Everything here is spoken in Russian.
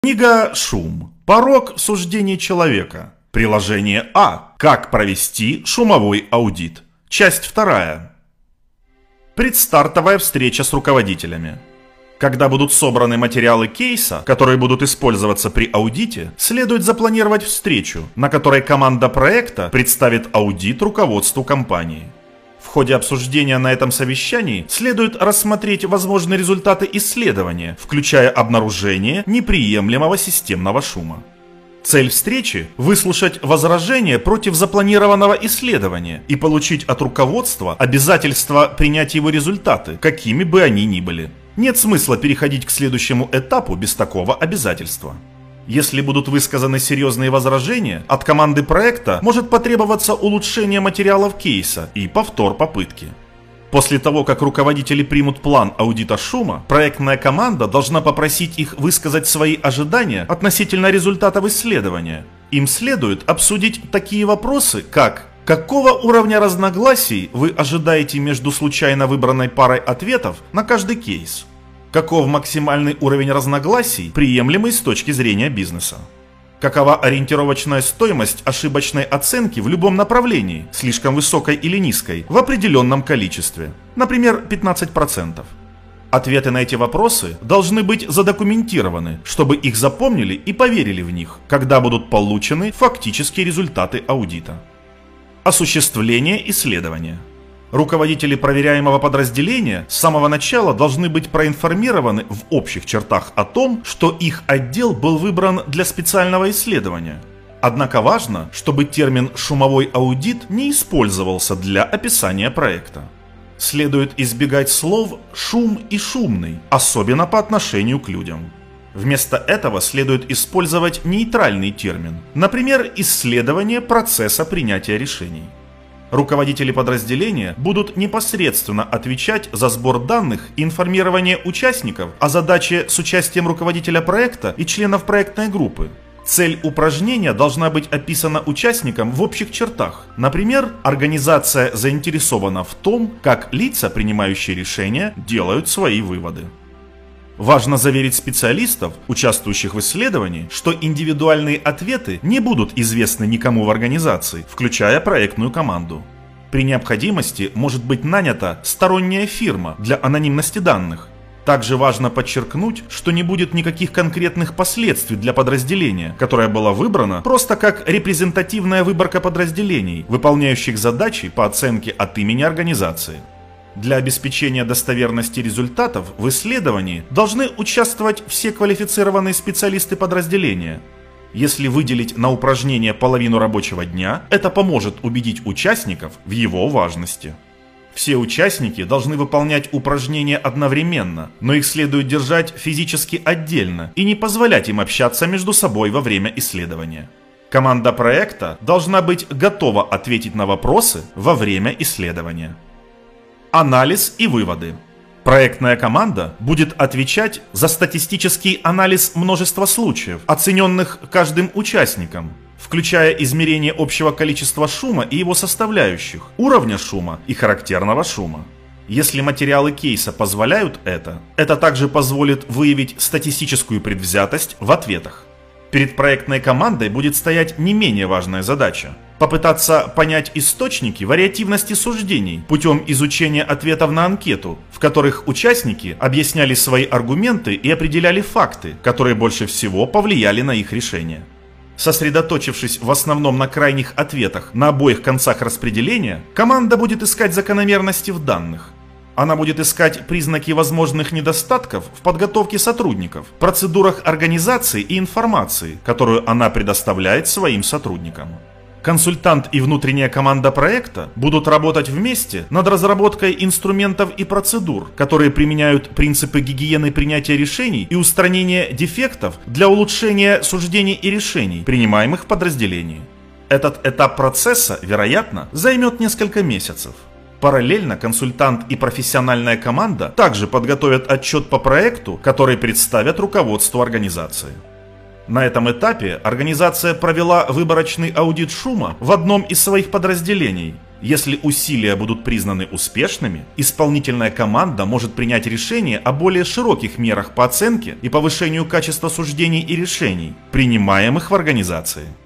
Книга «Шум. Порог суждений человека». Приложение А. Как провести шумовой аудит. Часть 2. Предстартовая встреча с руководителями. Когда будут собраны материалы кейса, которые будут использоваться при аудите, следует запланировать встречу, на которой команда проекта представит аудит руководству компании. В ходе обсуждения на этом совещании следует рассмотреть возможные результаты исследования, включая обнаружение неприемлемого системного шума. Цель встречи – выслушать возражения против запланированного исследования и получить от руководства обязательство принять его результаты, какими бы они ни были. Нет смысла переходить к следующему этапу без такого обязательства. Если будут высказаны серьезные возражения, от команды проекта может потребоваться улучшение материалов кейса и повтор попытки. После того, как руководители примут план аудита шума, проектная команда должна попросить их высказать свои ожидания относительно результатов исследования. Им следует обсудить такие вопросы, как: какого уровня разногласий вы ожидаете между случайно выбранной парой ответов на каждый кейс? Каков максимальный уровень разногласий, приемлемый с точки зрения бизнеса? Какова ориентировочная стоимость ошибочной оценки в любом направлении, слишком высокой или низкой, в определенном количестве, например, 15%? Ответы на эти вопросы должны быть задокументированы, чтобы их запомнили и поверили в них, когда будут получены фактические результаты аудита. Осуществление исследования. Руководители проверяемого подразделения с самого начала должны быть проинформированы в общих чертах о том, что их отдел был выбран для специального исследования. Однако важно, чтобы термин «шумовой аудит» не использовался для описания проекта. Следует избегать слов «шум» и «шумный», особенно по отношению к людям. Вместо этого следует использовать нейтральный термин, например, «исследование процесса принятия решений». Руководители подразделения будут непосредственно отвечать за сбор данных и информирование участников о задаче с участием руководителя проекта и членов проектной группы. Цель упражнения должна быть описана участникам в общих чертах. Например, организация заинтересована в том, как лица, принимающие решения, делают свои выводы. Важно заверить специалистов, участвующих в исследовании, что индивидуальные ответы не будут известны никому в организации, включая проектную команду. При необходимости может быть нанята сторонняя фирма для анонимности данных. Также важно подчеркнуть, что не будет никаких конкретных последствий для подразделения, которое было выбрано просто как репрезентативная выборка подразделений, выполняющих задачи по оценке от имени организации. Для обеспечения достоверности результатов в исследовании должны участвовать все квалифицированные специалисты подразделения. Если выделить на упражнение половину рабочего дня, это поможет убедить участников в его важности. Все участники должны выполнять упражнения одновременно, но их следует держать физически отдельно и не позволять им общаться между собой во время исследования. Команда проекта должна быть готова ответить на вопросы во время исследования. Анализ и выводы. Проектная команда будет отвечать за статистический анализ множества случаев, оцененных каждым участником, включая измерение общего количества шума и его составляющих, уровня шума и характерного шума. Если материалы кейса позволяют это также позволит выявить статистическую предвзятость в ответах. Перед проектной командой будет стоять не менее важная задача – попытаться понять источники вариативности суждений путем изучения ответов на анкету, в которых участники объясняли свои аргументы и определяли факты, которые больше всего повлияли на их решение. Сосредоточившись в основном на крайних ответах на обоих концах распределения, команда будет искать закономерности в данных. Она будет искать признаки возможных недостатков в подготовке сотрудников, процедурах организации и информации, которую она предоставляет своим сотрудникам. Консультант и внутренняя команда проекта будут работать вместе над разработкой инструментов и процедур, которые применяют принципы гигиены принятия решений и устранения дефектов для улучшения суждений и решений, принимаемых в подразделении. Этот этап процесса, вероятно, займет несколько месяцев. Параллельно консультант и профессиональная команда также подготовят отчет по проекту, который представят руководству организации. На этом этапе организация провела выборочный аудит шума в одном из своих подразделений Если усилия будут признаны успешными, исполнительная команда может принять решение о более широких мерах по оценке и повышению качества суждений и решений, принимаемых в организации.